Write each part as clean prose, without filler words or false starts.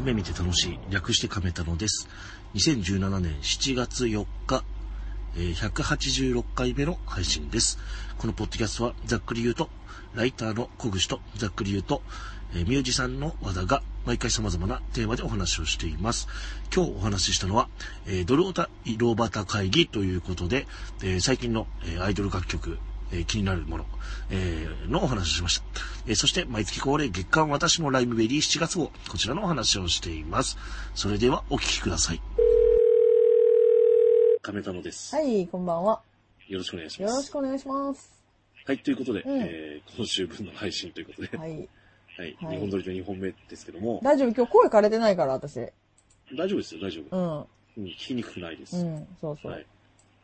亀見て楽しい、略して亀太郎です。2017年7月4日、186回目の配信です。このポッドキャストはざっくり言うと、ライターの小口とざっくり言うと、ミュージシャンの和田が毎回様々なテーマでお話をしています。今日お話ししたのは、ドルオタ色端会議ということで、最近のアイドル楽曲、気になるもの、のお話をしました。そして毎月恒例月間私のライブベリー7月号、こちらのお話をしています。それではお聞きください。亀太郎です。 はい、こんばんは。 よろしくお願いします。 よろしくお願いします。 はい、ということで、今週分の配信ということで、 はい。 はい、2本撮りの2本目ですけども。 大丈夫、今日声枯れてないから、私。 大丈夫ですよ、大丈夫。 うん。 聞きにくくないです。 そうそう。 はい。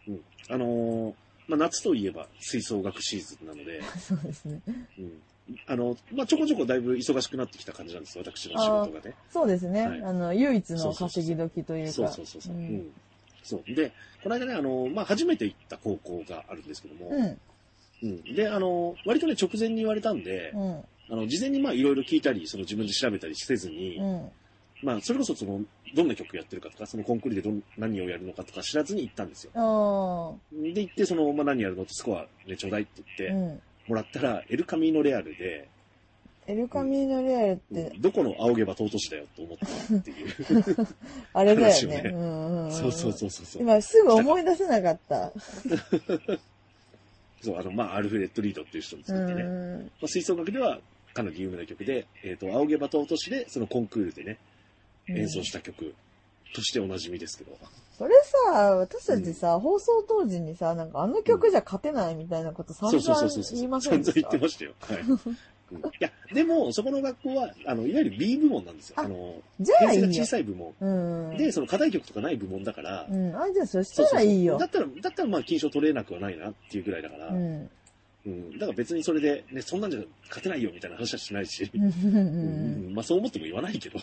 夏といえば吹奏楽シーズンなので、 そうですね。 ちょこちょこだいぶ忙しくなってきた感じなんですよ、私の仕事がね。 そうですね。 はい、 唯一の稼ぎ時というか。 そう。そう。で、この間ね、初めて行った高校があるんですけども、で、割とね、直前に言われたんで、事前にいろいろ聞いたり、自分で調べたりせずに、それこそどんな曲やってるかとか、そのコンクールで何をやるのかとか知らずに行ったんですよ。で、行って、何やるのってスコアね、ちょうだいって言って、もらったら、エルカミーノレアルで、 エルカミーノレアルって、 どこの仰げば尊しだよと思ったっていう。 あれだよね。 そう。 今すぐ思い出せなかった。 そう、アルフレッド・リードっていう人に作ってね。吹奏楽ではかなり有名な曲で、仰げば尊しで、そのコンクールでね、演奏した曲としておなじみですけど。 それさ、私たちさ、放送当時にさ、なんかあの曲じゃ勝てないみたいなこと散々言いませんでした？ 散々言ってましたよ。はい。いや、でも、そこの学校は、いわゆる B 部門なんですよ。 じゃあいいよ。 編成が小さい部門。で、課題曲とかない部門だから。 じゃあそしたらいいよ。 だったら金賞取れなくはないなっていうぐらいだから。だから別にそれで、ね、そんなんじゃ勝てないよみたいな話はしないし。そう思っても言わないけど。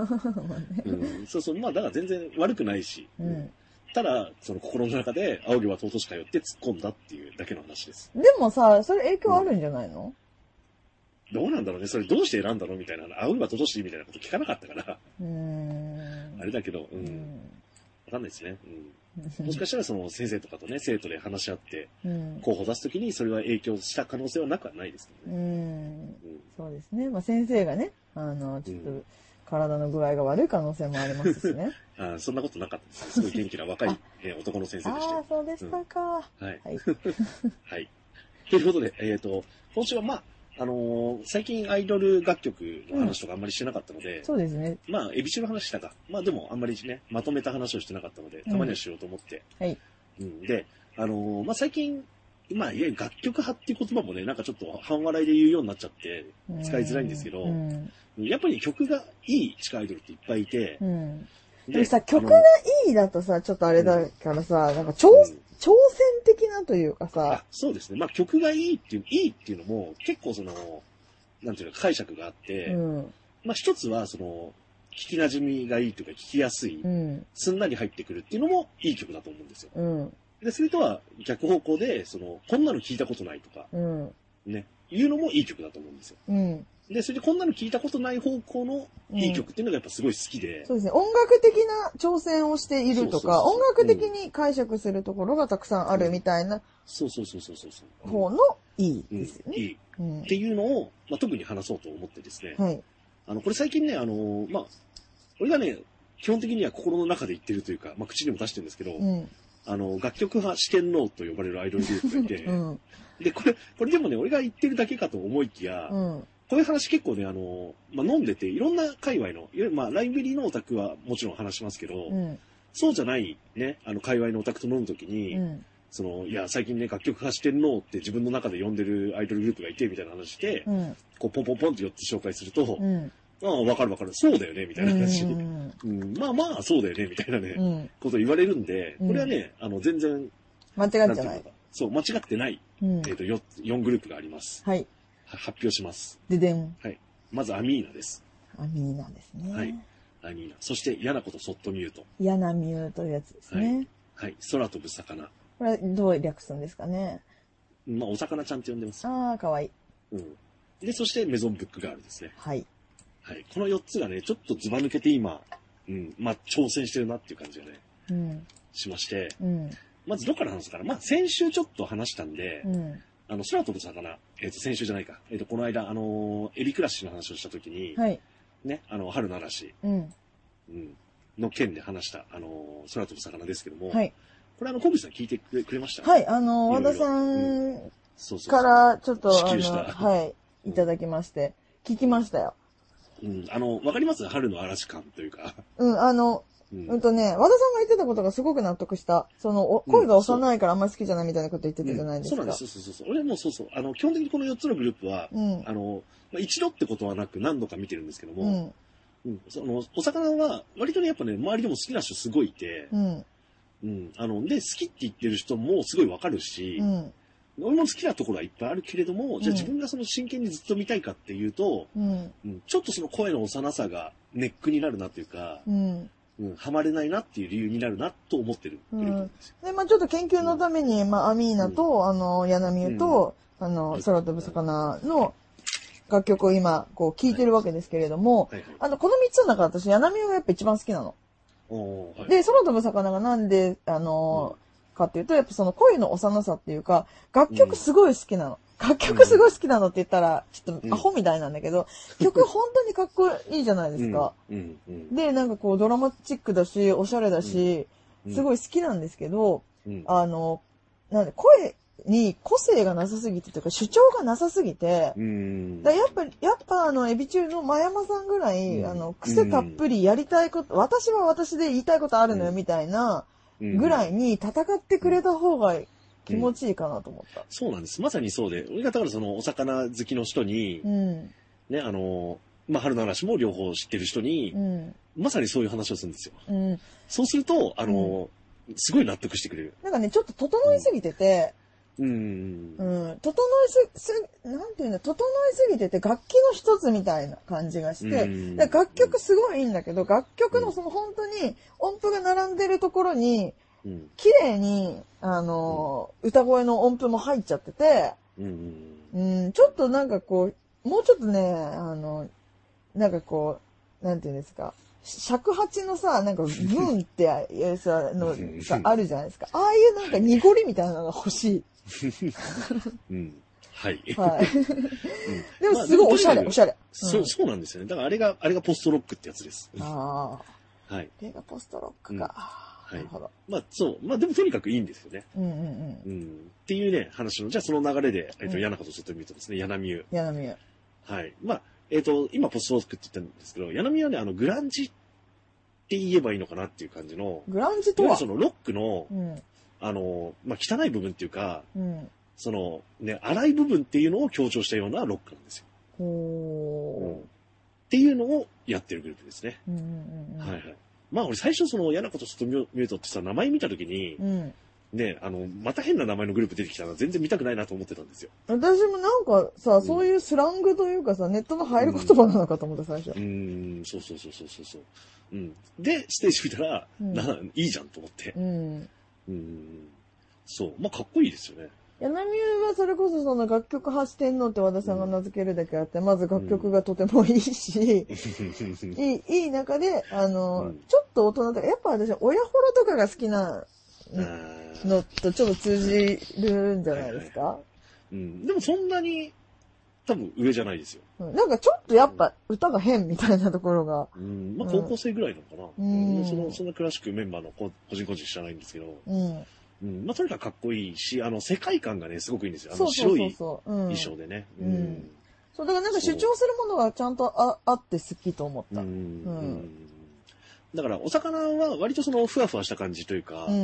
だから全然悪くないし。ただ、心の中で、仰げば尊しかよって突っ込んだっていうだけの話です。でもさ、それ影響あるんじゃないの？ どうなんだろうね。それどうして選んだのみたいな。仰げば尊しみたいなこと聞かなかったから。あれだけど、わかんないですね。もしかしたら先生とかとね、生徒で話し合って、候補出すときにそれは影響した可能性はなくはないですけどね。 そうですね。先生がね、ちょっと体の具合が悪い可能性もありますしね。 そんなことなかったです。すごい元気な若い男の先生でした。 そうでしたか。はい。 はい。ということで、今週は最近アイドル楽曲の話とかあんまりしてなかったので、 そうですね。 エビシの話したか。でもあんまりね、まとめた話をしてなかったので、たまにはしようと思って。 はい。 で、最近、いわゆる楽曲派っていう言葉もね、なんかちょっと半笑いで言うようになっちゃって、使いづらいんですけど、やっぱり曲がいい地下アイドルっていっぱいいて、 でもさ、曲がいいだとさ、ちょっとあれだからさ、なんか挑戦的なというかさ。 そうですね。曲がいいっていうのも、結構なんていうの、解釈があって、一つは聞き馴染みがいいというか、聞きやすい、すんなり入ってくるっていうのもいい曲だと思うんですよ。で、それとは逆方向で、こんなの聞いたことないとか、ね、いうのもいい曲だと思うんですよ。で、それでこんなの聞いたことない方向のいい曲っていうのがやっぱすごい好きで。 そうですね。音楽的な挑戦をしているとか、音楽的に解釈するところがたくさんあるみたいな。方のいいですよね。 いい。っていうのを、特に話そうと思ってですね。はい。これ最近ね、俺がね、基本的には心の中で言ってるというか、口にも出してるんですけど、楽曲派四天王と呼ばれるアイドルグループがいて、で、これでもね、俺が言ってるだけかと思いきや、こういう話結構ね、飲んでて、いろんな界隈の、ライブリーのオタクはもちろん話しますけど、そうじゃないね、界隈のオタクと飲むときに、いや、最近ね、楽曲化してんのって自分の中で呼んでるアイドルグループがいて、みたいな話で、ポンポンポンって4つ紹介すると、わかる。そうだよね、みたいな話。そうだよね、みたいなね、こと言われるんで、これはね、全然、 間違ってない。 そう、間違ってない、4グループがあります。 はい。 発表します。 ででん。 はい。まずアミーナです。 アミーナですね。 はい。アミーナ。そして、嫌なことそっとミュート。 嫌なミュートいうやつですね。 はい。空飛ぶ魚。 これはどう略するんですかね。 お魚ちゃんって呼んでます。 かわいい。 で、そして、メゾンブックガールですね。 はい。 はい。この4つがね、ちょっとズバ抜けて今、まあ、挑戦してるなっていう感じがね、しまして、まずどっから話すかな。まあ、先週ちょっと話したんで、空飛ぶ魚、先週じゃないか。この間、エビクラッシュの話をしたときに、はい、ね、春の嵐、の件で話した、空飛ぶ魚ですけども、はい、これ小口さん聞いてくれました？ はい、和田さんからちょっと、はい、いただきまして、聞きましたよ。 わかります？春の嵐感というか。 和田さんが言ってたことがすごく納得した。声が幼いからあんまり好きじゃないみたいなこと言ってたじゃないですか。 そうなんです。そう。俺もそう。基本的にこの4つのグループは、一度ってことはなく何度か見てるんですけども、お魚は割とね、やっぱね、周りでも好きな人すごいいて、で、好きって言ってる人もすごいわかるし、俺も好きなところはいっぱいあるけれども、じゃあ自分が真剣にずっと見たいかっていうと、ちょっとその声の幼さがネックになるなっていうか、ハマれないなっていう理由になるなと思ってる。 で、まあちょっと研究のために、まあアミーナと、ヤナミュと、空飛ぶ魚の楽曲を今、こう聴いてるわけですけれども、この3つの中で私、ヤナミュがやっぱ一番好きなの。で、空飛ぶ魚がなんで、かっていうと、やっぱその声の幼さっていうか、楽曲すごい好きなの。楽曲すごい好きなのって言ったら、ちょっとアホみたいなんだけど、曲本当にかっこいいじゃないですか。で、なんかこうドラマチックだし、おしゃれだし、すごい好きなんですけど、なんで声に個性がなさすぎてというか、主張がなさすぎて、やっぱエビ中の真山さんぐらい、癖たっぷりやりたいこと、私は私で言いたいことあるのよみたいなぐらいに戦ってくれた方が気持ちいいかなと思った。 そうなんです。まさにそうで、俺がだからお魚好きの人に、ね、春の嵐も両方知ってる人に、まさにそういう話をするんですよ。そうすると、すごい納得してくれる。 なんかね、ちょっと整いすぎてて、整いすぎてて、楽器の一つみたいな感じがして、楽曲すごいいいんだけど、楽曲の本当に音符が並んでるところに、綺麗に、歌声の音符も入っちゃってて、ちょっとなんかこう、もうちょっとね、なんかこう、なんていうんですか、尺八のさ、なんか、ブンっていうさ、のがあるじゃないですか。ああいうなんか濁りみたいなのが欲しい。 はい。 でもすごいおしゃれ。 そうなんですよね。だからあれがポストロックってやつです。 はい。 あれがポストロックか。 はい。まあそう。まあでもとにかくいいんですよね。っていうね、話の、じゃあその流れで、ヤナコとちょっと見るとですね、ヤナミュ。はい。まあ、今ポストロックって言ったんですけど、ヤナミはね、グランジって言えばいいのかなっていう感じの。 グランジとはそのロックの、まあ、汚い部分っていうか、ね、荒い部分っていうのを強調したようなロックなんですよ。っていうのをやってるグループですね。はいはい。まあ俺最初ヤナコとちょっとミュートってさ、名前見たときに、ね、また変な名前のグループ出てきたら全然見たくないなと思ってたんですよ。 私もなんかさ、そういうスラングというかさ、ネットの入る言葉なのかと思った最初。 そう。で、ステージ見たら、いいじゃんと思って。そう。まあかっこいいですよね。 ヤナミュはそれこそその楽曲発天皇って和田さんが名付けるだけあって、まず楽曲がとてもいいし、いい中で、ちょっと大人とか、やっぱ私親ホロとかが好きなのとちょっと通じるんじゃないですか？ でもそんなに多分上じゃないですよ。 なんかちょっとやっぱ歌が変みたいなところが。 まあ高校生ぐらいのかな。そんなクラシックメンバーの個人知らないんですけど。まあとにかくかっこいいし、世界観がね、すごくいいんですよ。白い衣装でね。 そう、だからなんか主張するものがちゃんとあって好きと思った。 だからお魚は割とふわふわした感じというか、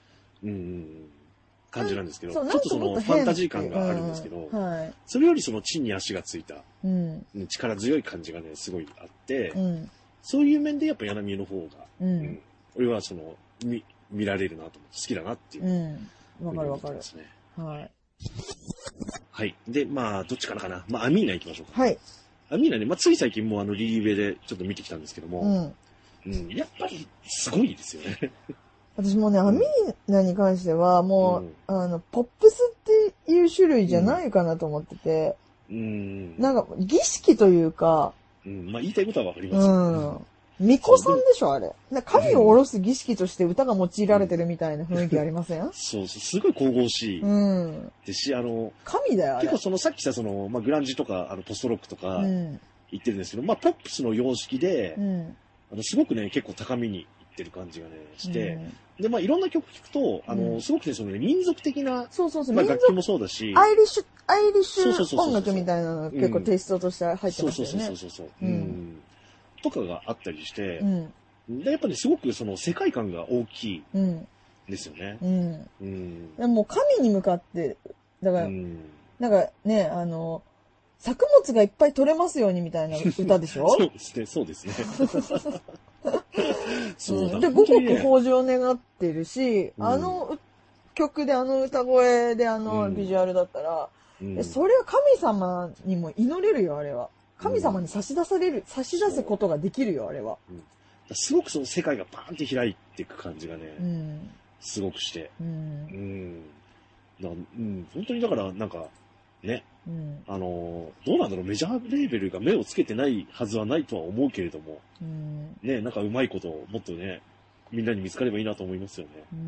感じなんですけど、ちょっとファンタジー感があるんですけど、それより地に足がついた、力強い感じがね、すごいあって、そういう面でやっぱヤナミの方が、俺は見られるなと思って好きだなっていう。 わかるわかる。 はい。はい。で、まあ、どっちからかな。まあ、アミーナ行きましょうか。 はい。 アミーナね、まあ、つい最近もリリーベでちょっと見てきたんですけども、やっぱりすごいですよね。 私もね、アミーナに関しては、もう、ポップスっていう種類じゃないかなと思ってて、なんか、儀式というか、 うん。まあ言いたいことはわかります。 巫女さんでしょ、あれ。神を下ろす儀式として歌が用いられてるみたいな雰囲気ありません？ そうそう、すごい神々しい。ですし、 神だよ、 結構さっきさ、まあ、グランジとか、ポストロックとか、言ってるんですけど、まあ、ポップスの様式で、すごくね、結構高みにいってる感じがね、して、で、まあ、いろんな曲聴くと、すごくね、民族的な、まあ、楽器もそうだし、 アイリッシュ音楽みたいなのが結構テイストとして入ってますよね。 そう。とかがあったりして、で、やっぱりすごく世界観が大きいですよね。 でも神に向かって、だから、なんかね、作物がいっぱい取れますようにみたいな歌でしょ？ そうですね。 そうで、五穀豊穣を願ってるし、曲で歌声でビジュアルだったら、それは神様にも祈れるよ、あれは。神様に差し出すことができるよ、あれは。 すごく世界がバーンって開いていく感じがね、すごくして。本当にだから、なんか、ね、どうなんだろう、メジャーレーベルが目をつけてないはずはないとは思うけれども、ね、なんかうまいことをもっとね、みんなに見つかればいいなと思いますよ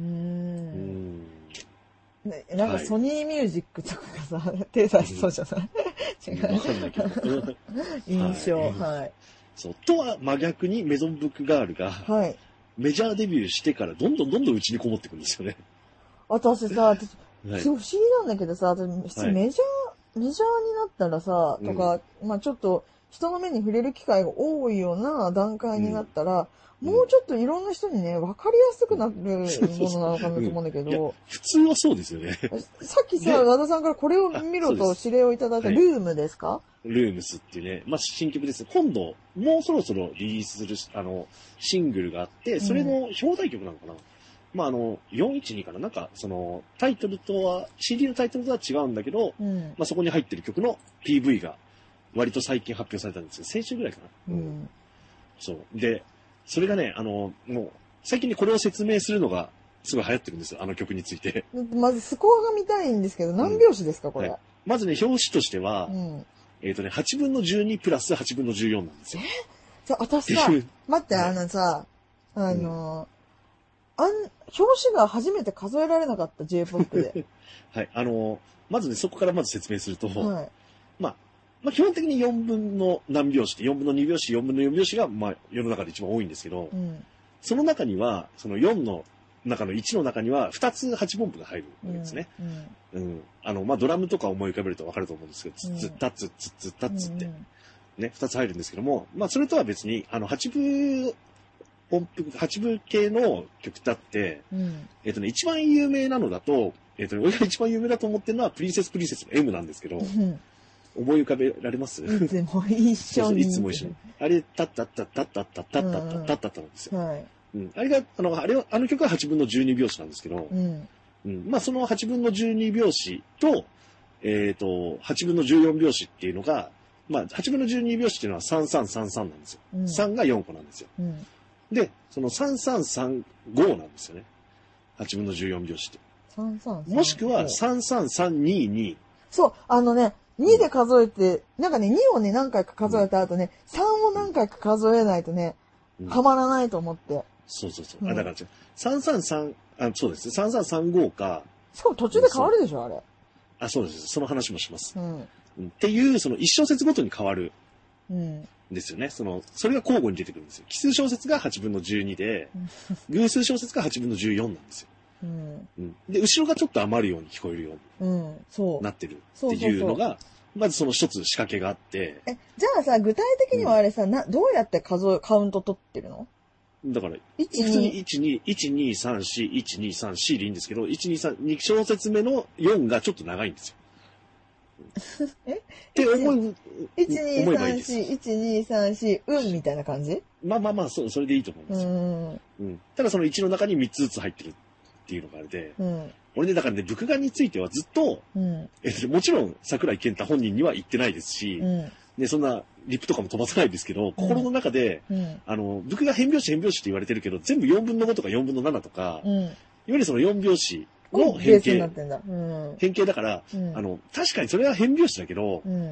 ね。なんかソニーミュージックとかがさ、手出しそうじゃない？違う。 わかんないけど。 印象、はい。 そう。とは真逆にメゾンブックガールが、メジャーデビューしてからどんどんうちにこもってくるんですよね。 私さ、すごい不思議なんだけどさ、私メジャーになったらさ、とか、まあちょっと人の目に触れる機会が多いような段階になったら、もうちょっといろんな人にね、分かりやすくなるものなのかなと思うんだけど。 普通はそうですよね。 さっきさ、和田さんからこれを見ろと指令をいただいたルームですか？ ルームスっていうね、まあ新曲です。今度、もうそろそろリリースする、シングルがあって、それの表題曲なのかな。まあ412かな。なんか、タイトルとは、CD のタイトルとは違うんだけど、まあそこに入ってる曲の PV が割と最近発表されたんですよ。先週ぐらいかな。そう。で、それがね、もう、最近にこれを説明するのがすごい流行ってるんですよ、あの曲について。 まずスコアが見たいんですけど、何拍子ですか、これ。 まずね、表紙としては、8分の12プラス8分の14なんですよ。 私さ、待って、さ、表紙が初めて数えられなかった J-POP で。 はい。まずね、そこからまず説明すると、まあ、基本的に4分の何拍子って、4分の2拍子、4分の4拍子が、まあ、世の中で一番多いんですけど、その中には、その4の中の1の中には、2つ8分音符が入るわけですね。まあ、ドラムとか思い浮かべるとわかると思うんですけど、ツッツッタッツッツッツッタッツって、ね、2つ入るんですけども、まあ、それとは別に、8分音符、8分系の曲だって、一番有名なのだと、俺が一番有名だと思ってるのは、プリンセスの M なんですけど、思い浮かべられます？ いつも一緒に。 いつも一緒に。あれ、タッタッタッタッタッタッタッタッタッタッタッタなんですよ。あれが、あの曲は8分の12拍子なんですけど、まあその8分の12拍子と、8分の14拍子っていうのが、まあ8分の12拍子っていうのは3333なんですよ。3が4個なんですよ。で、その3335なんですよね。8分の14拍子って。もしくは33322。 そう、2で数えて、なんかね、2をね、何回か数えた後ね、3を何回か数えないとね、はまらないと思って。 そう。だから、333、そうです。3335か。 しかも途中で変わるでしょ、あれ。 そうです。その話もします。っていう、その1小節ごとに変わる。ですよね。それが交互に出てくるんですよ。奇数小節が8分の12で、偶数小節が8分の14なんですよ。で、後ろがちょっと余るように聞こえるようになってるっていうのが、まずその一つ仕掛けがあって。 じゃあさ、具体的にはあれさ、どうやってカウント取ってるの？ だから、普通に1、2、3、4、1、2、3、4でいいんですけど、1、2、3、2小節目の4がちょっと長いんですよ。って思えばいいです。 1、2、3、4、みたいな感じ？ まあ、それでいいと思いますよ。ただその1の中に3つずつ入ってるっていうのがあれで、俺ね、だからね、複眼についてはずっと、もちろん桜井健太本人には言ってないですし、で、そんなリップとかも飛ばさないですけど、心の中で、複眼変拍子って言われてるけど、全部4分の5とか4分の7とか、いわゆるその4拍子の変形だから、確かにそれは変拍子だけど、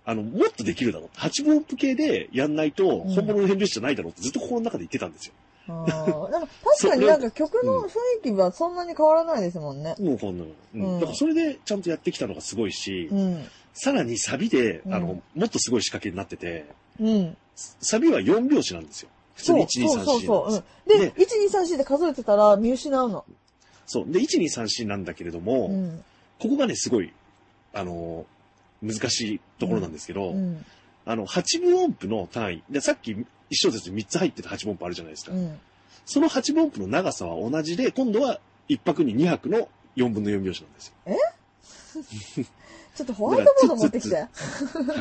もっとできるだろう。8分音符系でやんないと、本物の変拍子じゃないだろうってずっと心の中で言ってたんですよ。 なんか確かになんか曲の雰囲気はそんなに変わらないですもんね。 もうこんなの。だからそれでちゃんとやってきたのがすごいし、さらにサビで、もっとすごい仕掛けになってて、サビは4拍子なんですよ。普通に1、2、3、4。 そう。で、1、2、3、4で数えてたら見失うの。 そう。で、1、2、3、4なんだけれども、ここがね、すごい、難しいところなんですけど、8分音符の単位。で、さっき1小節3つ入ってた8分音符あるじゃないですか。その8分音符の長さは同じで、今度は1拍に2拍の4分の4拍子なんですよ。 ちょっとホワイトボード持ってきて。はい。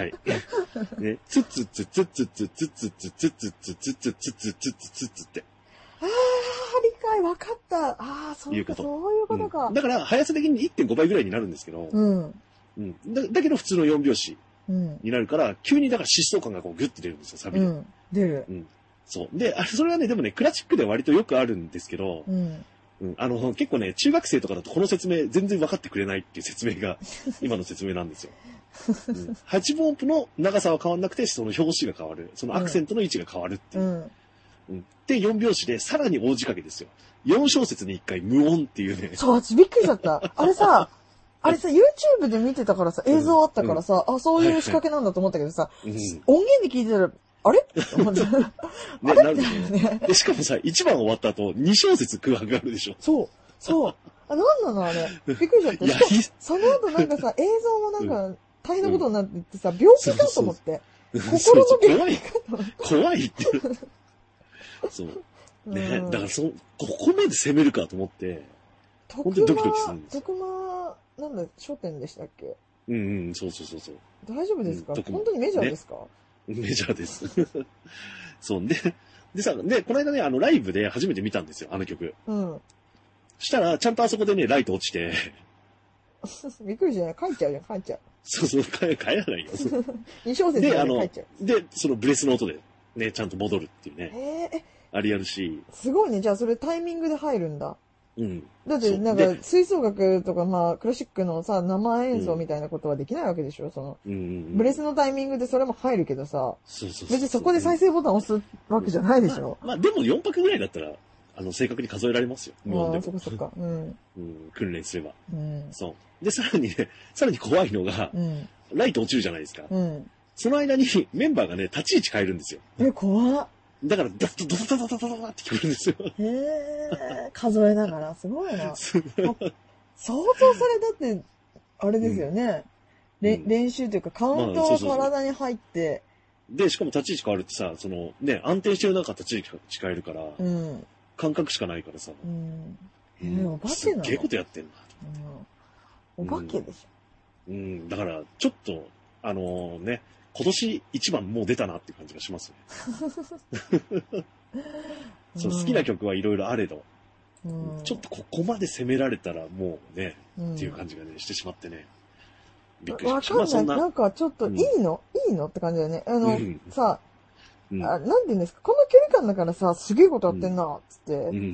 ね、つつつつつつつつつつつつつつつつつって。 理解分かった。そういうことか。 だから、速さ的に 1.5 倍ぐらいになるんですけど、だけど普通の4拍子になるから、急にだから疾走感がこうギュッて出るんですよ、サビで。 出る。 そう。で、それはね、でもね、クラシックで割とよくあるんですけど、結構ね、中学生とかだとこの説明全然分かってくれないっていう説明が、今の説明なんですよ。8分音符の長さは変わんなくて、その表紙が変わる。そのアクセントの位置が変わるっていう。で、4拍子でさらに大仕掛けですよ。4小節に1回無音っていうね。 そう、私びっくりしちゃった。あれさ、YouTube で見てたからさ、映像あったからさ、そういう仕掛けなんだと思ったけどさ、音源で聞いてたら、あれね、なるでしょうね。で、しかもさ、1番終わった後、2小節空白があるでしょ。 そう。なんなのあれ。びっくりしちゃって。その後なんかさ、映像もなんか、大変なことになっててさ、病気かと思って。心の病気かと思って。 怖いって。そう。ね、だからここまで攻めるかと思って、本当にドキドキするんですよ。 徳間、なんだ、書店でしたっけ？ そう。 大丈夫ですか？本当にメジャーですか？ メジャーです。そう。でさ、この間ね、ライブで初めて見たんですよ、あの曲。したら、ちゃんとあそこでね、ライト落ちて。 びっくりしない？帰っちゃうじゃん、帰っちゃう。 そう、帰らないよ。 2小節で帰っちゃう。 で、そのブレスの音で、ね、ちゃんと戻るっていうね。あれやるし。 すごいね。じゃあそれタイミングで入るんだ。だって、なんか、吹奏楽とか、クラシックのさ、生演奏みたいなことはできないわけでしょ？ブレスのタイミングでそれも入るけどさ、別にそこで再生ボタン押すわけじゃないでしょ？ でも4拍ぐらいだったら、正確に数えられますよ。 そっか。 訓練すれば。そう。で、さらに怖いのが、ライト落ちるじゃないですか。その間にメンバーがね、立ち位置変えるんですよ。 怖っ。 だから、ダッダダダダダダダって聞こえるんですよ。 数えながら、すごいな。相当それだって、あれですよね。練習というか、カウントが体に入って。 で、しかも立ち位置変わるってさ、安定してる中立ち位置変えるから、感覚しかないからさ。 お化けなの？ すっげえことやってんな。 お化けでしょ。だから、ちょっと、今年一番もう出たなって感じがしますね。そう、好きな曲はいろいろあれど、ちょっとここまで攻められたらもうね、っていう感じがね、してしまってね。びっくりしました。 わかんない。なんかちょっと、いいのって感じだよね。さ、なんて言うんですか、この距離感だからさ、すげえことやってんな、つって、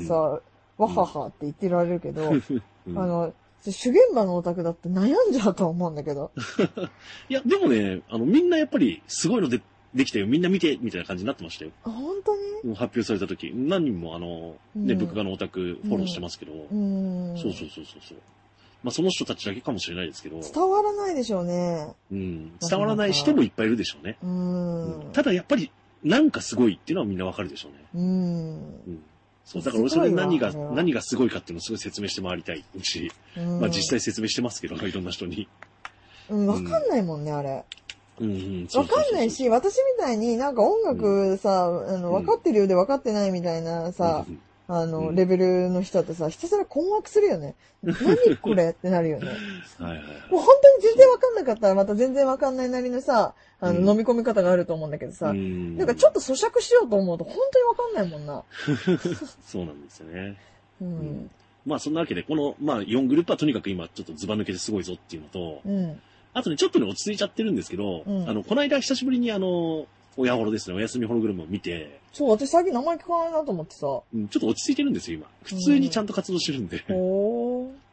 さ、わははって言ってられるけど、主現場のオタクだって悩んじゃうと思うんだけど。 いや、でもね、みんなやっぱり、すごいのできたよ。みんな見て、みたいな感じになってましたよ。 本当に？ 発表された時、何人も物価のオタクフォローしてますけど、そう。その人たちだけかもしれないですけど。 伝わらないでしょうね。 伝わらない人もいっぱいいるでしょうね。ただやっぱり、なんかすごいっていうのはみんなわかるでしょうね。そう、だから俺それ何がすごいかっていうのをすごい説明して回りたいし、実際説明してますけど、いろんな人に。 わかんないもんね、あれ。わかんないし、私みたいになんか音楽さ、わかってるようでわかってないみたいなさ、レベルの人ってさ、ひたすら困惑するよね。何これってなるよね。もう本当に全然わかんなかったらまた全然わかんないなりのさ、飲み込み方があると思うんだけどさ、なんかちょっと咀嚼しようと思うと本当にわかんないもんな。 そうなんですよね。そんなわけで、この、4グループはとにかく今ちょっとズバ抜けてすごいぞっていうのと、あとね、ちょっとね、落ち着いちゃってるんですけど、この間久しぶりに親ホロですね、おやすみホログラムを見て。 そう、私最近名前聞かないなと思ってさ。ちょっと落ち着いてるんですよ、今。普通にちゃんと活動してるんで。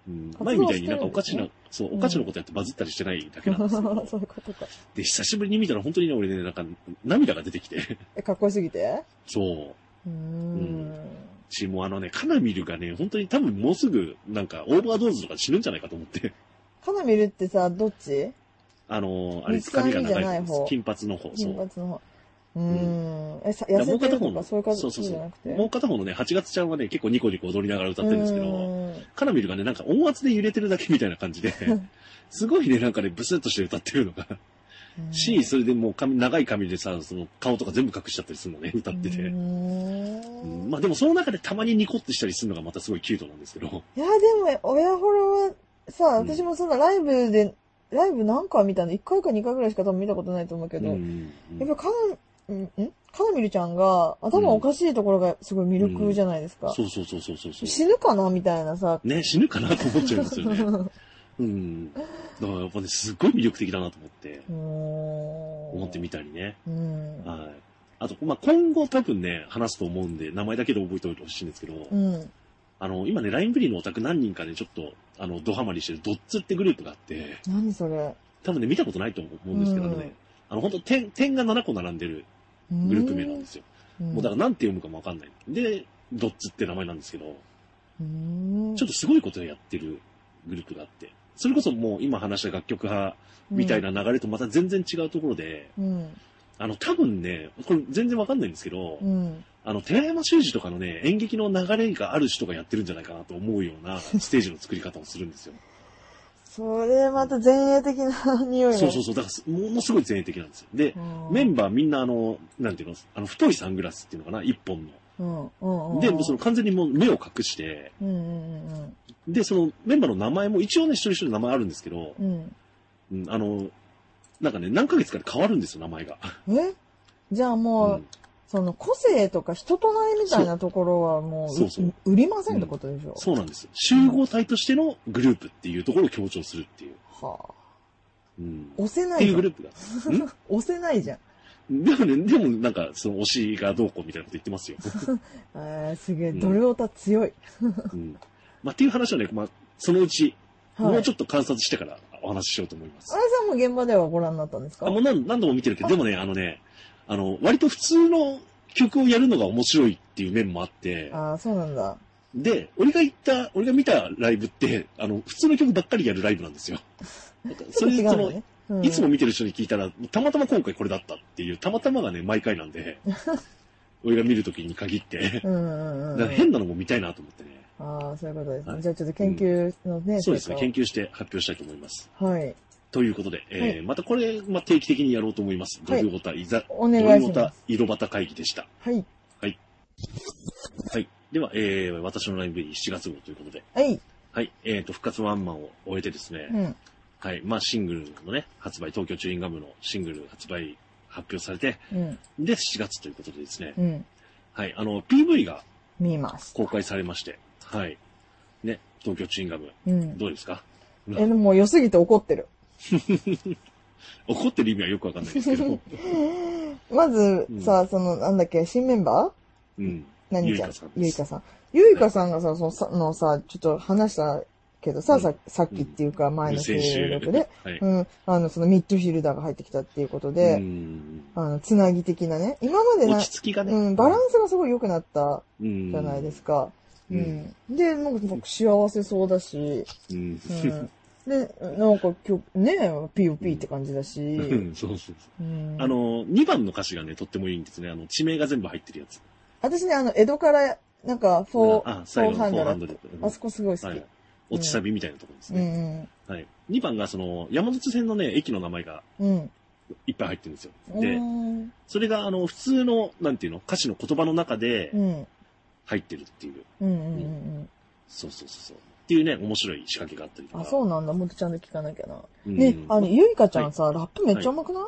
前みたいになんかおかしな、そう、おかしなことやってバズったりしてないだけなんですけど。 そういうことか。 で、久しぶりに見たら本当にね、俺ね、なんか涙が出てきて。 かっこよすぎて？ そう。もうカナミルがね、本当に多分もうすぐ、なんかオーバードーズとか死ぬんじゃないかと思って。 カナミルってさ、どっち？ あれ、髪が長い方。金髪の方。 金髪の方。痩せてるとかそういう感じじゃなくて。 もう片方のね、8月ちゃんはね、結構ニコニコ踊りながら歌ってるんですけど、カナミルがね、なんか音圧で揺れてるだけみたいな感じで、すごいね、なんかね、ブスッとして歌ってるのが。それでもう長い髪でさ、その顔とか全部隠しちゃったりするのね、歌ってて。まあでもその中でたまにニコってしたりするのがまたすごいキュートなんですけど。 いや、でも、親ホロはさ、私もそのライブ何回見たの？ 1 回か2回ぐらいしか多分見たことないと思うけど、やっぱカナミルちゃんが頭おかしいところがすごい魅力じゃないですか。 そう。 死ぬかなみたいなさ。 ね、死ぬかなと思っちゃうんですよね。だからやっぱね、すっごい魅力的だなと思ってみたりね。はい。あと、まあ、今後多分ね、話すと思うんで、名前だけで覚えておいてほしいんですけど、今ね、ラインブリーのオタク何人かね、ちょっと、ドハマりしてるドッツってグループがあって、 何それ？ 多分ね、見たことないと思うんですけどね、本当点が7個並んでるグループ名なんですよ。もうだから何て読むかもわかんない。で、ドッツって名前なんですけど、ちょっとすごいことをやってるグループがあって、それこそもう今話した楽曲派みたいな流れとまた全然違うところで、多分ね、これ全然わかんないんですけど、寺山修司とかのね、演劇の流れがある人がやってるんじゃないかなと思うようなステージの作り方をするんですよ。 それまた前衛的な匂いが。 そう。だからものすごい前衛的なんですよ。で、メンバーみんななんていうの、太いサングラスっていうのかな、一本の。で、その完全にもう目を隠して、で、そのメンバーの名前も一応ね、一人一人名前あるんですけど、なんかね、何ヶ月かで変わるんですよ、名前が。 じゃあもう、その個性とか人となりみたいなところはもう売りませんってことでしょ？ そうなんですよ。集合体としてのグループっていうところを強調するっていう。 押せないじゃん。 っていうグループが。 押せないじゃん。でもなんか、その推しがどうこうみたいなこと言ってますよ。 すげえ、ドルオタ強い。 まあ、っていう話はね、まあ、そのうち、もうちょっと観察してからお話ししようと思います。 荒井さんも現場ではご覧になったんですか？ もう何度も見てるけど、でもね、割と普通の曲をやるのが面白いっていう面もあって。 そうなんだ。 で、俺が見たライブって、普通の曲ばっかりやるライブなんですよ。それで、いつも見てる人に聞いたら、たまたま今回これだったっていう、たまたまがね、毎回なんで、俺が見るときに限って、だから変なのも見たいなと思ってね。 そういうことですね。じゃあちょっと研究のね、 そうですね、研究して発表したいと思います。 はい。 ということで、またこれ、定期的にやろうと思います。ドルオタお願いします。 井戸端会議でした。 はい。 はい。では、私のライブ7月号ということで。 はい。 はい。復活ワンマンを終えてですね。はい。まあ、シングルのね、発売、東京チューインガムのシングル発売発表されて、で、7月ということでですね。はい。PV が公開されまして、はい。ね、東京チューインガム。どうですか？ もう良すぎて怒ってる。 怒ってる意味はよくわかんないですけど。 まず、さ、なんだっけ、新メンバー？何ちゃん？ゆいかさん。ゆいかさんがさ、ちょっと話したけどさ、さっきっていうか前の収録で、そのミッドフィルダーが入ってきたっていうことで、つなぎ的なね、今まで落ち着きがね、 バランスがすごい良くなったじゃないですか。で、なんか幸せそうだし、で、なんかね、POP って感じだし。 そう。2番の歌詞がね、とってもいいんですね。地名が全部入ってるやつ。 私ね、江戸から、なんか、400。あそこすごい好き。 落ちサビみたいなところですね。はい。2番が山手線のね、駅の名前が、いっぱい入ってるんですよ。で、それが普通の、なんていうの、歌詞の言葉の中で、入ってるっていう。そう。っていうね、面白い仕掛けがあったりとか。 そうなんだ。もっとちゃんと聞かなきゃな。ね、ゆいかちゃんさ、ラップめっちゃ上手くない？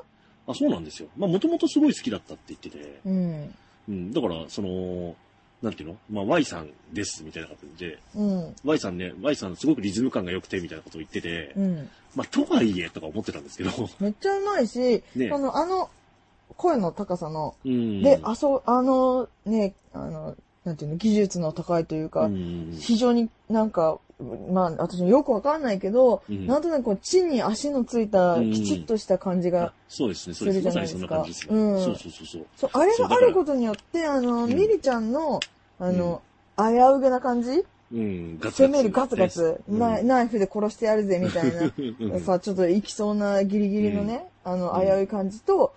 そうなんですよ。まあ、もともとすごい好きだったって言ってて。だから、なんていうの？まあ、Y さんですみたいな感じで、Y さんすごくリズム感が良くてみたいなことを言ってて、まあ、とはいえとか思ってたんですけど。 めっちゃうまいし、声の高さの、で、ね、なんていうの、技術の高いというか、非常になんかまあ、私もよくわかんないけど、なんとなくこう、地に足のついた、きちっとした感じが、 そうですね、そうですね。まさにそんな感じですよ。そうそうそうそう。 そう、あれがあることによって、ミリちゃんの、危うげな感じ攻めるガツガツ、ナイフで殺してやるぜ、みたいな、さ、ちょっと行きそうなギリギリのね、危うい感じと、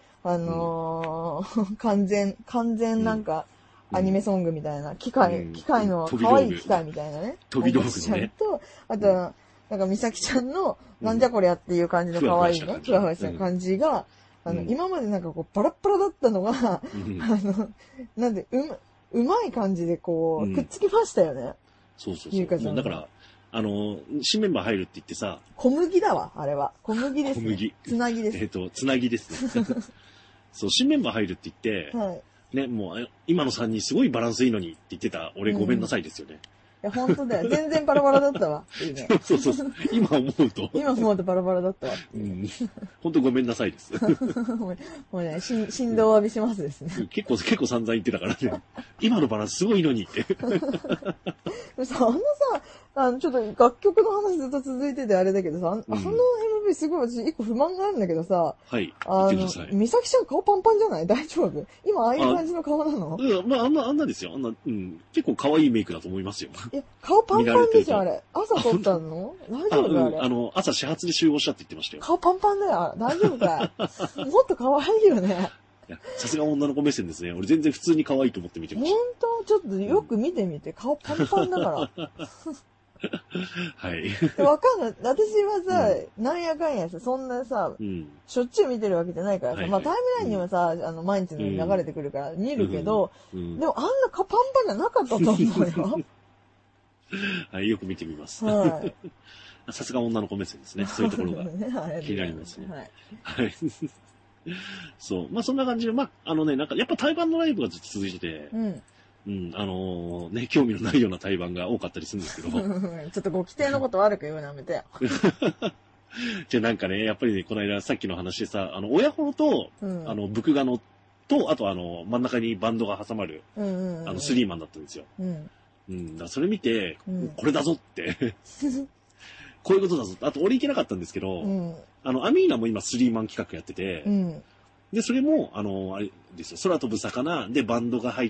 完全なんか、アニメソングみたいな、機械の、可愛い機械みたいなね。 飛び道具のね。 と、あとは、なんか、美咲ちゃんの、なんじゃこりゃっていう感じの可愛いね、ふわふわした感じが、今までなんかこう、パラッパラだったのが、なんで、うまい感じでこう、くっつきましたよね。 そうそうそう。だから、新メンバー入るって言ってさ。 小麦だわ、あれは。小麦です、ね。 小麦。 つなぎです。 つなぎですね。そう、新メンバー入るって言って、 はい。 ね、もう、今の3人すごいバランスいいのにって言ってた、俺ごめんなさいですよね。 いや、本当だよ。全然バラバラだったわ。っていうね。 そうそうそう。今思うと。 今思うとバラバラだったわ。 本当ごめんなさいです。 もうね、振動を浴びしますですね。 結構散々言ってたからね。今のバランスすごいのにって。 さ、ちょっと楽曲の話ずっと続いててあれだけどさ、あの MV すごい私一個不満があるんだけどさ、 はい。 美咲ちゃん顔パンパンじゃない？大丈夫？今ああいう感じの顔なの？ まあ、あんなですよ。結構可愛いメイクだと思いますよ。 顔パンパンでしょ、あれ。朝撮ったの？大丈夫？あれ。 朝始発で集合したって言ってましたよ。 顔パンパンだよ。大丈夫かい？もっと可愛いよね。 いや、さすが女の子目線ですね。俺全然普通に可愛いと思って見てました。 本当？ちょっとよく見てみて。顔パンパンだから。 はい。 わかんない。私はさ、なんやかんやさ、そんなさ、しょっちゅう見てるわけじゃないからさ、まあタイムラインにはさ、毎日のように流れてくるから見るけど、でもあんな顔パンパンじゃなかったと思うよ。 はい、よく見てみます。 はい。 さすが女の子目線ですね。そういうところが気になりますね。はい。そう。まあそんな感じで、まあなんかやっぱ対バンのライブがずっと続いてて、興味のないような対バンが多かったりするんですけど。ちょっとご規定のこと悪く言うのやめてよ。 じゃあなんかね、やっぱりね、この間さっきの話でさ、親ホロと、ブ画のと、あと真ん中にバンドが挟まる、スリーマンだったんですよ。だそれ見て、これだぞって。こういうことだぞ。あと、俺行けなかったんですけど、アミーナも今スリーマン企画やってて、で、それも、あれですよ、空飛ぶ魚でバンドが入って、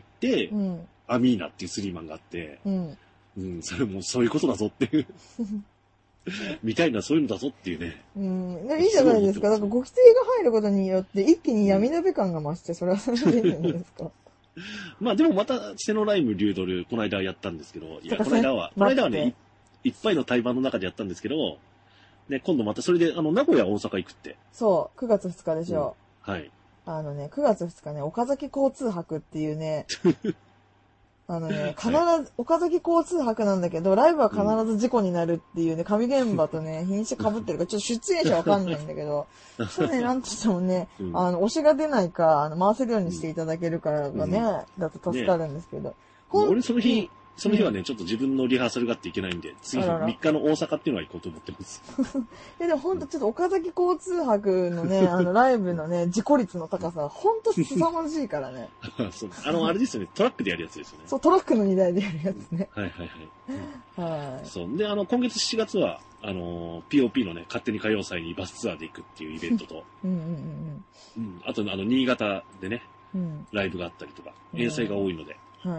アミーナっていうスリーマンがあって、それもそういうことだぞっていう。みたいな、そういうのだぞっていうね。 いいじゃないですか。なんかご規定が入ることによって、一気に闇鍋感が増して、それはそれでいいじゃないですか。 まあでもまた、セノライム、リュードル、この間やったんですけど、いや、この間はね、いっぱいの対バンの中でやったんですけど、ね、今度またそれで、名古屋、大阪行くって。 そう、9月2日でしょ。 はい。 9月2日ね、岡崎交通博っていうね、必ず、岡崎交通博なんだけど、ライブは必ず事故になるっていうね、神現場とね、品種被ってるから、ちょっと出演者わかんないんだけど、それね、なんとしてもね、推しが出ないか、回せるようにしていただけるからがね、だと助かるんですけど。 俺その日はね、ちょっと自分のリハーサルがあっていけないんで、次の3日の大阪っていうのは行こうと思ってます。 でもほんとちょっと岡崎交通博のね、ライブのね、事故率の高さ、ほんと凄まじいからね。 そう。あれですよね、トラックでやるやつですよね。 そう、トラックの荷台でやるやつね。 はい。はい。そう。で、今月7月は、POP のね、勝手に歌謡祭にバスツアーで行くっていうイベントと、あと、新潟でね、ライブがあったりとか、遠征が多いので、はい。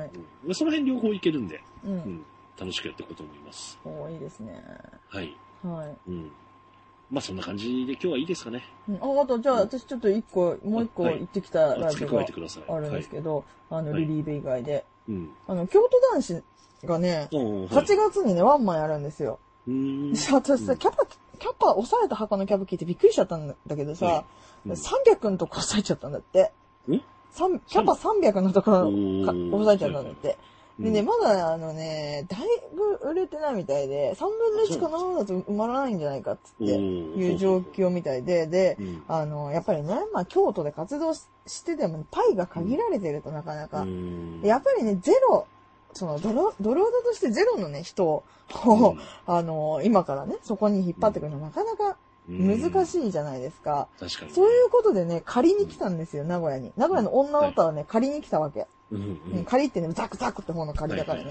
その辺両方いけるんで、楽しくやっていこうと思います。 いいですね。 はい。まあそんな感じで今日はいいですかね。 あとじゃあ私ちょっもう一個行ってきたライブがあるんですけど、リリーベ以外で。京都男子がね、8月にね、ワンマンやるんですよ。私さ、キャパ押さえた墓のキャブ聞いてびっくりしちゃったんだけどさ、300のとこ押さえちゃったんだって。キャパ300のところ押さえちゃったんだって。でね、まだだいぶ売れてないみたいで、3分の1かなだと埋まらないんじゃないかっていう状況みたいで、やっぱりね、まあ京都で活動しててもパイが限られてるとなかなか。やっぱりね、ドローダとしてゼロのね、人を、今からね、そこに引っ張ってくるのはなかなか難しいじゃないですか。 確かに。 そういうことでね、借りに来たんですよ、名古屋に。名古屋の女の歌はね、借りに来たわけ。借りってね、ザクザクって方の借りだからね。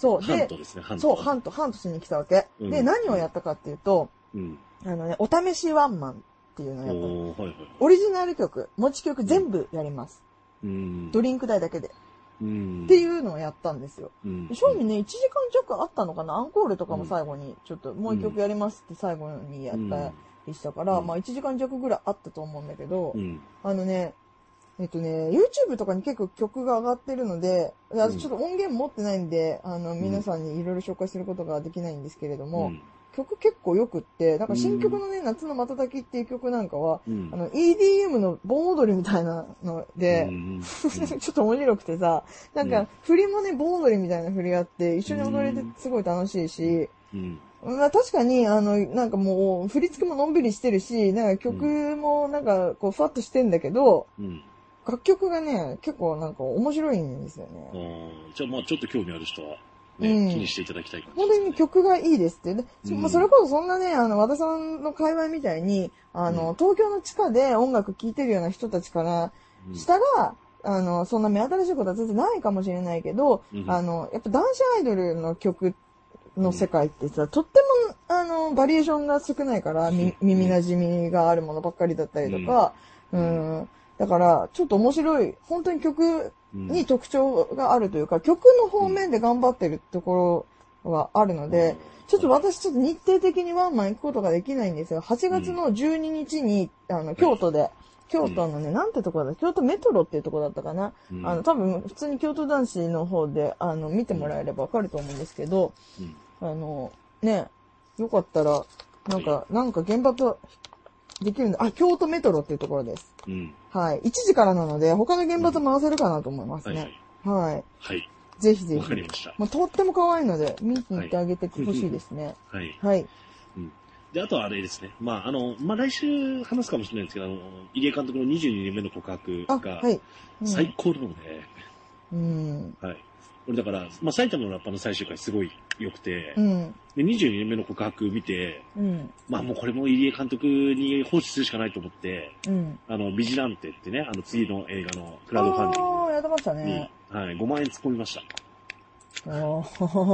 そう。 ハントですね、ハント。 そう、ハントしに来たわけ。で、何をやったかっていうと、お試しワンマンっていうのをやったの。オリジナル曲、持ち曲全部やります。ドリンク代だけで。っていうのをやったんですよ。正味ね、1時間弱あったのかな、アンコールとかも最後に、ちょっともう一曲やりますって最後にやったりしたから、まあ1時間弱ぐらいあったと思うんだけど、YouTube とかに結構曲が上がってるので、ちょっと音源持ってないんで、皆さんにいろいろ紹介することができないんですけれども、曲結構良くって、なんか新曲のね、夏の瞬きっていう曲なんかは、EDM の盆踊りみたいなので、ちょっと面白くてさ、なんか振りもね、盆踊りみたいな振りがあって、一緒に踊れてすごい楽しいし、まあ確かに、なんかもう、振り付けものんびりしてるし、なんか曲もなんかこう、ふわっとしてんだけど、楽曲がね、結構なんか面白いんですよね。 じゃあまあちょっと興味ある人は、気にしていただきたいかもしれない。本当に曲がいいですってね。まあそれこそそんなね、和田さんの界隈みたいに、東京の地下で音楽聴いてるような人たちからしたら、そんな目新しいことは全然ないかもしれないけど、やっぱ男子アイドルの曲の世界ってさ、とっても、バリエーションが少ないから、耳馴染みがあるものばっかりだったりとか、だから、ちょっと面白い、本当に曲に特徴があるというか、曲の方面で頑張ってるところがあるので、ちょっと私ちょっと日程的にワンマン行くことができないんですよ。8月の12日に、京都のね、なんてところだ、京都メトロっていうところだったかな。多分、普通に京都男子の方で、見てもらえればわかると思うんですけど、ね、よかったら、なんか現場とできるんで、京都メトロっていうところです。はい。1時からなので、他の現場と回せるかなと思いますね。はい。 はい。 ぜひぜひ。 わかりました。 まあ、とっても可愛いので、見に行ってあげてほしいですね。 はい。 はい。 で、あとはあれですね。まあ、来週話すかもしれないんですけど、入江監督の22年目の告白が、最高なので、はい。俺だから、まあ、埼玉のラッパーの最終回すごい良くて、で、22年目の告白見て、まあもうこれも入江監督に奉仕するしかないと思って、ビジランテってね、次の映画のクラウドファンディングやってましたね。 はい、5万円突っ込みました。も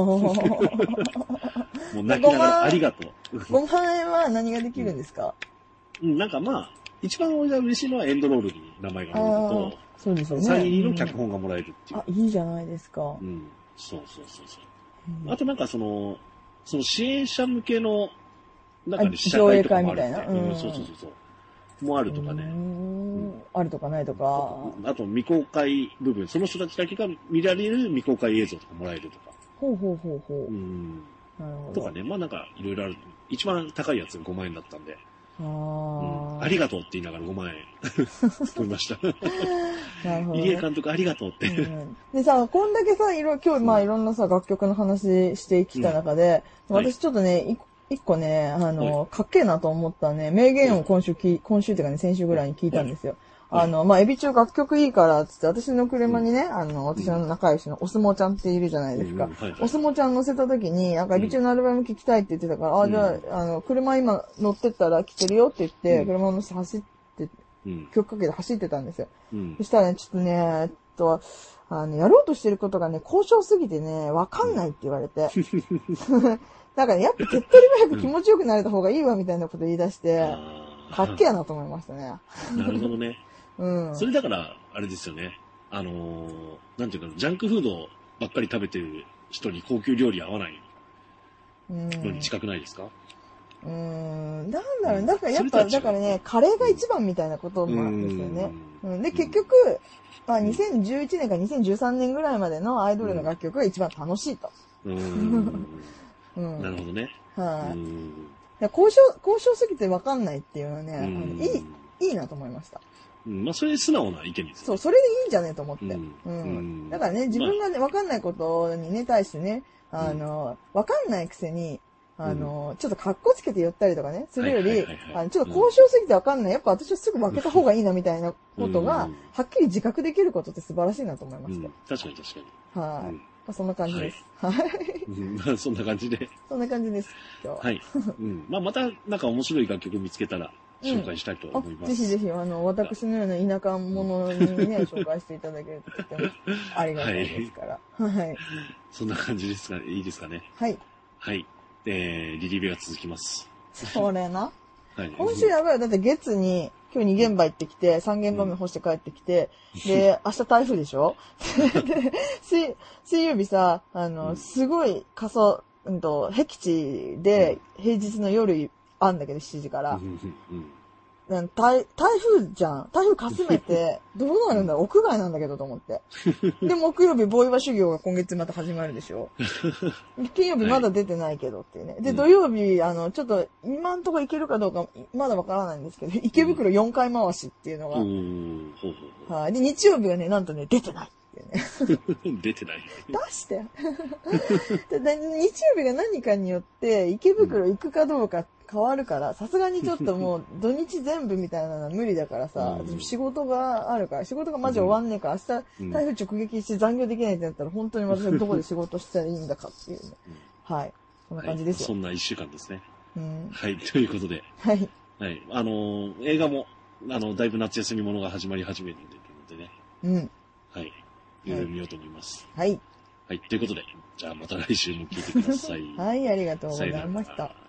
う泣きながらありがとう。 5万円は何ができるんですか？ なんかまあ、一番俺が嬉しいのはエンドロールに名前が載るのと、 そうですよね。 サイン入りの脚本がもらえるっていう。 いいじゃないですか。 そう。あとなんかその支援者向けの、なんかね、試写会とかもあるみたいな。そう。もあるとかね。 あるとかないとか。 あと未公開部分、その人たちだけが見られる未公開映像とかもらえるとか。 ほう。 なるほど。とかね、まあなんかいろいろある。一番高いやつが5万円だったんで。ありがとうって言いながら5万円取りました。なるほど、入江監督ありがとうって。 でさ、こんだけさ、今日まあいろんなさ、楽曲の話してきた中で、私ちょっとね、一個ね、かっけえなと思ったね、名言を今週っていうかね、先週ぐらいに聞いたんですよ。まあ、エビ中楽曲いいから、つって、私の車にね、私の仲良しのお相撲ちゃんっているじゃないですか。お相撲ちゃん乗せた時に、なんかエビ中のアルバム聴きたいって言ってたから、じゃあ、車今乗ってったら来てるよって言って、車乗せて走って、曲かけて走ってたんですよ。そしたらね、ちょっとね、やろうとしてることがね、交渉すぎてね、わかんないって言われて。だからやっぱ手っ取り早く気持ちよくなれた方がいいわみたいなこと言い出して、かっけえなと思いましたね。 なるほどね。それだから、あれですよね。なんていうか、ジャンクフードばっかり食べてる人に高級料理合わないのに近くないですか？ なんだろう、だからね、カレーが一番みたいなことなんですよね。で、結局、まあ、2011年か2013年ぐらいまでのアイドルの楽曲が一番楽しいと。 なるほどね。 はい。交渉すぎて分かんないっていうのはね、いいなと思いました。 まあ、それ素直な意見ですよね。 そう、それでいいんじゃねえと思って。だからね、自分がね、分かんないことにね、対してね、分かんないくせに、ちょっと格好つけて言ったりとかね、するより、ちょっと交渉すぎて分かんない。やっぱ私はすぐ分けた方がいいなみたいなことが、はっきり自覚できることって素晴らしいなと思いました。 確かに。 はい。そんな感じです。はい。 そんな感じで。 そんな感じです。 はい。まあ、また、なんか面白い楽曲見つけたら、 紹介したいと思います。 ぜひぜひ、私のような田舎者にね、紹介していただけるととてもありがたいですから。はい。 そんな感じですかね。いいですかね。 はい。 はい。リリベが続きます。 それな。はい。今週やばいよ。だって月に、今日2現場行ってきて、3現場目干して帰ってきて、で、明日台風でしょで、水曜日さ、すごい僻地で、平日の夜あんだけど、7時から。台風じゃん。台風かすめて、どうなるんだろう、屋外なんだけどと思って。で、木曜日、ボイワ修行が今月また始まるでしょ。金曜日まだ出てないけどっていうね。で、土曜日、ちょっと、今んとこ行けるかどうか、まだわからないんですけど、池袋4回回しっていうのが。はい。で、日曜日はね、なんとね、出てない。 出てない。 出して。日曜日が何かによって、池袋行くかどうか変わるから、さすがにちょっともう土日全部みたいなのは無理だからさ、仕事があるから、仕事がマジ終わんねえから、明日台風直撃して残業できないってなったら、本当に私はどこで仕事したらいいんだかっていうね。はい。そんな感じですよ。 そんな一週間ですね。はい。ということで。はい。はい。映画も、だいぶ夏休みものが始まり始めるのでね。はい。いろいろ見ようと思います。はい。はい。ということで、じゃあまた来週も聞いてください。 はい、ありがとうございました。